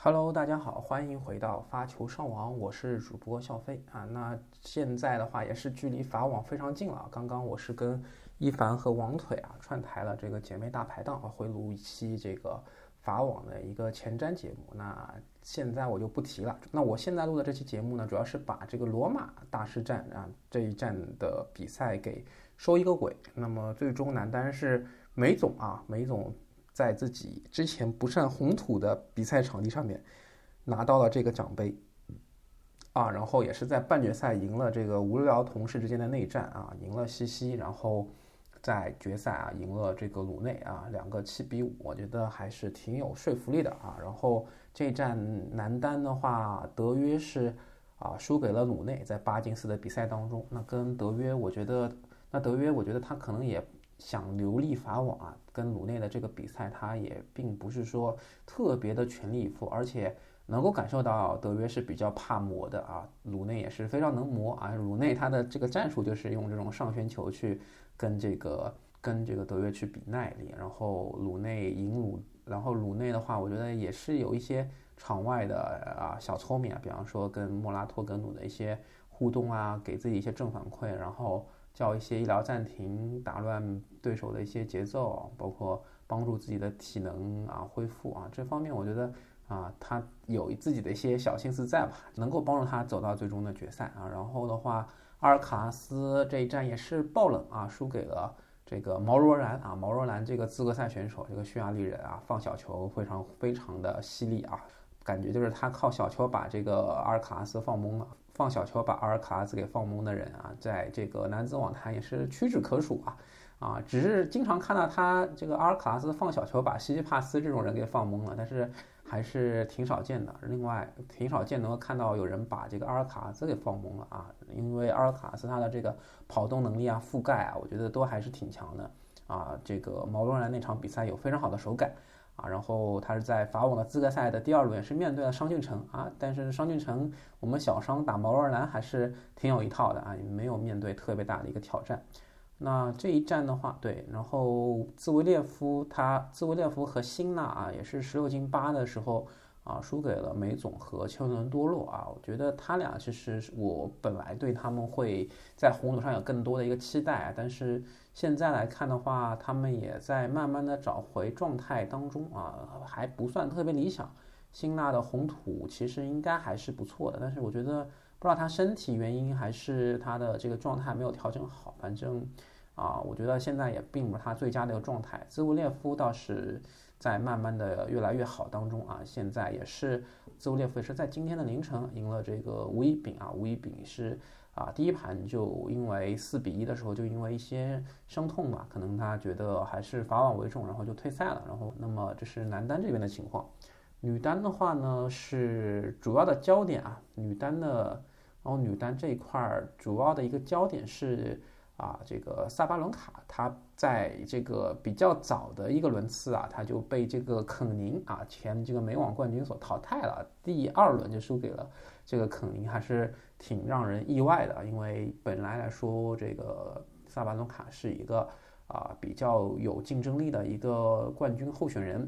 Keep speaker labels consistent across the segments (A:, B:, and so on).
A: Hello，大家好，欢迎回到发球上网，我是主播笑飞啊。那现在的话也是距离法网非常近了。刚刚我是跟一凡和王腿串台了这个姐妹大排档会录一期这个法网的一个前瞻节目。那现在我就不提了。那我现在录的这期节目呢，主要是把这个罗马大师战这一战的比赛给收一个尾。那么最终男单是梅总在自己之前不善红土的比赛场地上面拿到了这个奖杯然后也是在半决赛赢了这个无聊同事之间的内战赢了西西，然后在决赛赢了这个鲁内两个7-5，我觉得还是挺有说服力的然后这战男单的话，德约是输给了鲁内，在8进4的比赛当中，德约我觉得他可能也想留力法网跟鲁内的这个比赛，他也并不是说特别的全力以赴，而且能够感受到德约是比较怕磨的鲁内也是非常能磨鲁内他的这个战术就是用这种上旋球去跟这个德约去比耐力，然后鲁内的话，我觉得也是有一些场外的小聪明比方说跟莫拉托跟努的一些互动给自己一些正反馈，然后叫一些医疗暂停，打乱对手的一些节奏，包括帮助自己的体能恢复这方面我觉得他有自己的一些小心思在吧，能够帮助他走到最终的决赛然后的话，阿尔卡拉斯这一战也是爆冷输给了这个毛若兰毛若兰这个资格赛选手，这个匈牙利人放小球非常的犀利感觉就是他靠小球把这个阿尔卡拉斯放懵了，放小球把阿尔卡拉斯给放懵的人在这个男子网坛也是屈指可数只是经常看到他这个阿尔卡拉斯放小球把西西帕斯这种人给放懵了，但是还是挺少见的。另外，挺少见能够看到有人把这个阿尔卡拉斯给放懵了因为阿尔卡拉斯他的这个跑动能力覆盖我觉得都还是挺强的这个毛若兰那场比赛有非常好的手感然后他是在法网的资格赛的第2轮是面对了商俊成但是商俊成我们小商打毛若兰还是挺有一套的也没有面对特别大的一个挑战。那这一战的话，对，然后兹维列夫和辛纳也是16进8的时候输给了梅总和切伦多洛我觉得他俩其实我本来对他们会在红土上有更多的一个期待但是现在来看的话，他们也在慢慢的找回状态当中还不算特别理想。辛纳的红土其实应该还是不错的，但是我觉得不知道他身体原因还是他的这个状态没有调整好，反正我觉得现在也并不是他最佳的一个状态。兹维列夫倒是在慢慢的越来越好当中现在也是兹维列夫也是在今天的凌晨赢了这个吴一丙吴一丙是第一盘就因为4-1的时候就因为一些伤痛吧，可能他觉得还是法网为重，然后就退赛了。然后那么这是男单这边的情况。女单的话呢是主要的焦点女单这一块主要的一个焦点是这个萨巴伦卡，他在这个比较早的一个轮次他就被这个肯宁前这个美网冠军所淘汰了，第2轮就输给了这个肯宁，还是挺让人意外的。因为本来来说，这个萨巴伦卡是一个比较有竞争力的一个冠军候选人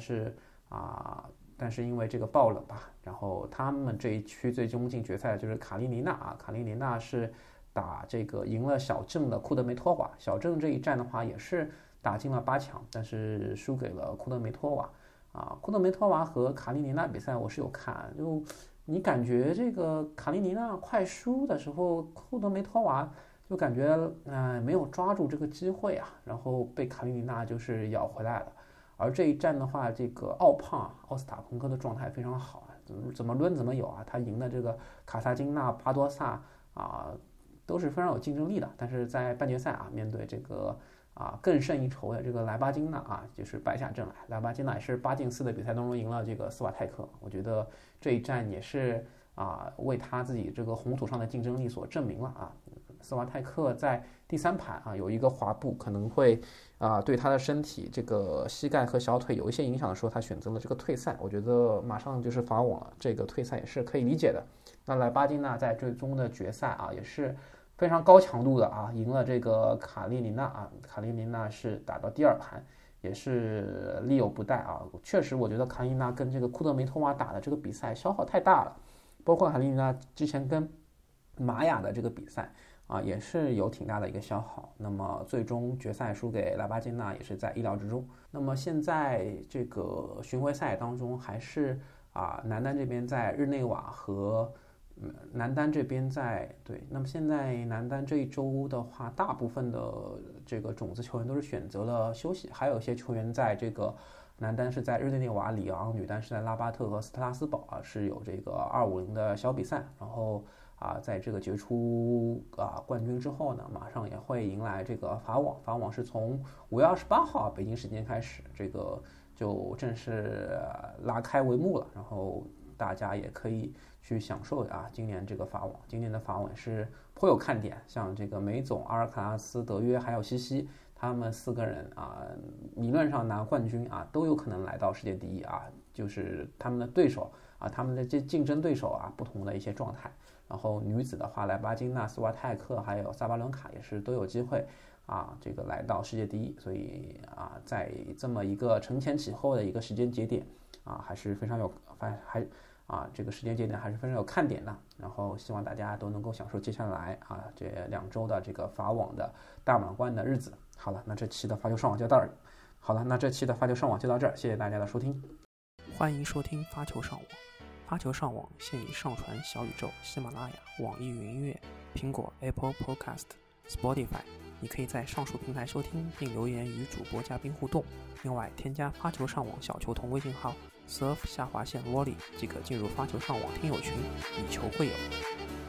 A: 但是因为这个爆冷吧，然后他们这一区最终进决赛的就是卡利尼娜卡利尼娜是打这个赢了小郑的库德梅托娃，小郑这一战的话也是打进了8强，但是输给了库德梅托娃库德梅托娃和卡利尼娜比赛我是有看，就你感觉这个卡利尼娜快输的时候，库德梅托娃就感觉没有抓住这个机会然后被卡利尼娜就是咬回来了。而这一战的话，这个奥斯塔彭科的状态非常好怎么抡怎么有他赢的这个卡萨金娜、巴多萨都是非常有竞争力的。但是在半决赛面对这个更胜一筹的这个莱巴金娜就是败下阵来。莱巴金娜也是8-4的比赛当中赢了这个斯瓦泰克，我觉得这一战也是为他自己这个红土上的竞争力所证明了斯瓦泰克在第3盘有一个滑步，可能会对他的身体这个膝盖和小腿有一些影响的时候，他选择了这个退赛。我觉得马上就是法网了，这个退赛也是可以理解的。那莱巴金娜在最终的决赛也是非常高强度的赢了这个卡利尼娜卡利尼娜是打到第2盘， 也是力有不逮啊。确实，我觉得卡琳娜跟这个库德梅托娃打的这个比赛消耗太大了，包括卡琳娜之前跟玛雅的这个比赛啊，也是有挺大的一个消耗。那么最终决赛输给拉巴金娜也是在意料之中。那么现在这个巡回赛当中，还是男单这边在日内瓦和男单这边那么现在男单这一周的话，大部分的这个种子球员都是选择了休息，还有一些球员在这个男单是在日内瓦、里昂，女单是在拉巴特和斯特拉斯堡是有这个250的小比赛。然后在这个决出冠军之后呢，马上也会迎来这个法网。法网是从5月28号北京时间开始，这个就正式拉开帷幕了。然后大家也可以去享受今年这个法网。今年的法网也是颇有看点，像这个梅总、阿尔卡拉斯、德约还有西西，他们4个人理论上拿冠军都有可能来到世界第一就是他们的对手他们的这竞争对手不同的一些状态。然后女子的话，莱巴金娜、斯瓦泰克还有萨巴伦卡也是都有机会这个来到世界第一。所以在这么一个承前启后的一个时间节点还是非常有这个时间节点还是非常有看点的。然后希望大家都能够享受接下来这2周的这个法网的大满贯的日子。好了，那这期的发球上网就到这儿。谢谢大家的收听。
B: 欢迎收听发球上网。发球上网现已上传小宇宙、喜马拉雅、网易云音乐、苹果 Apple Podcast、Spotify， 你可以在上述平台收听并留言与主播嘉宾互动。另外，添加发球上网小球童微信号 surf_volley 即可进入发球上网听友群，以球会友。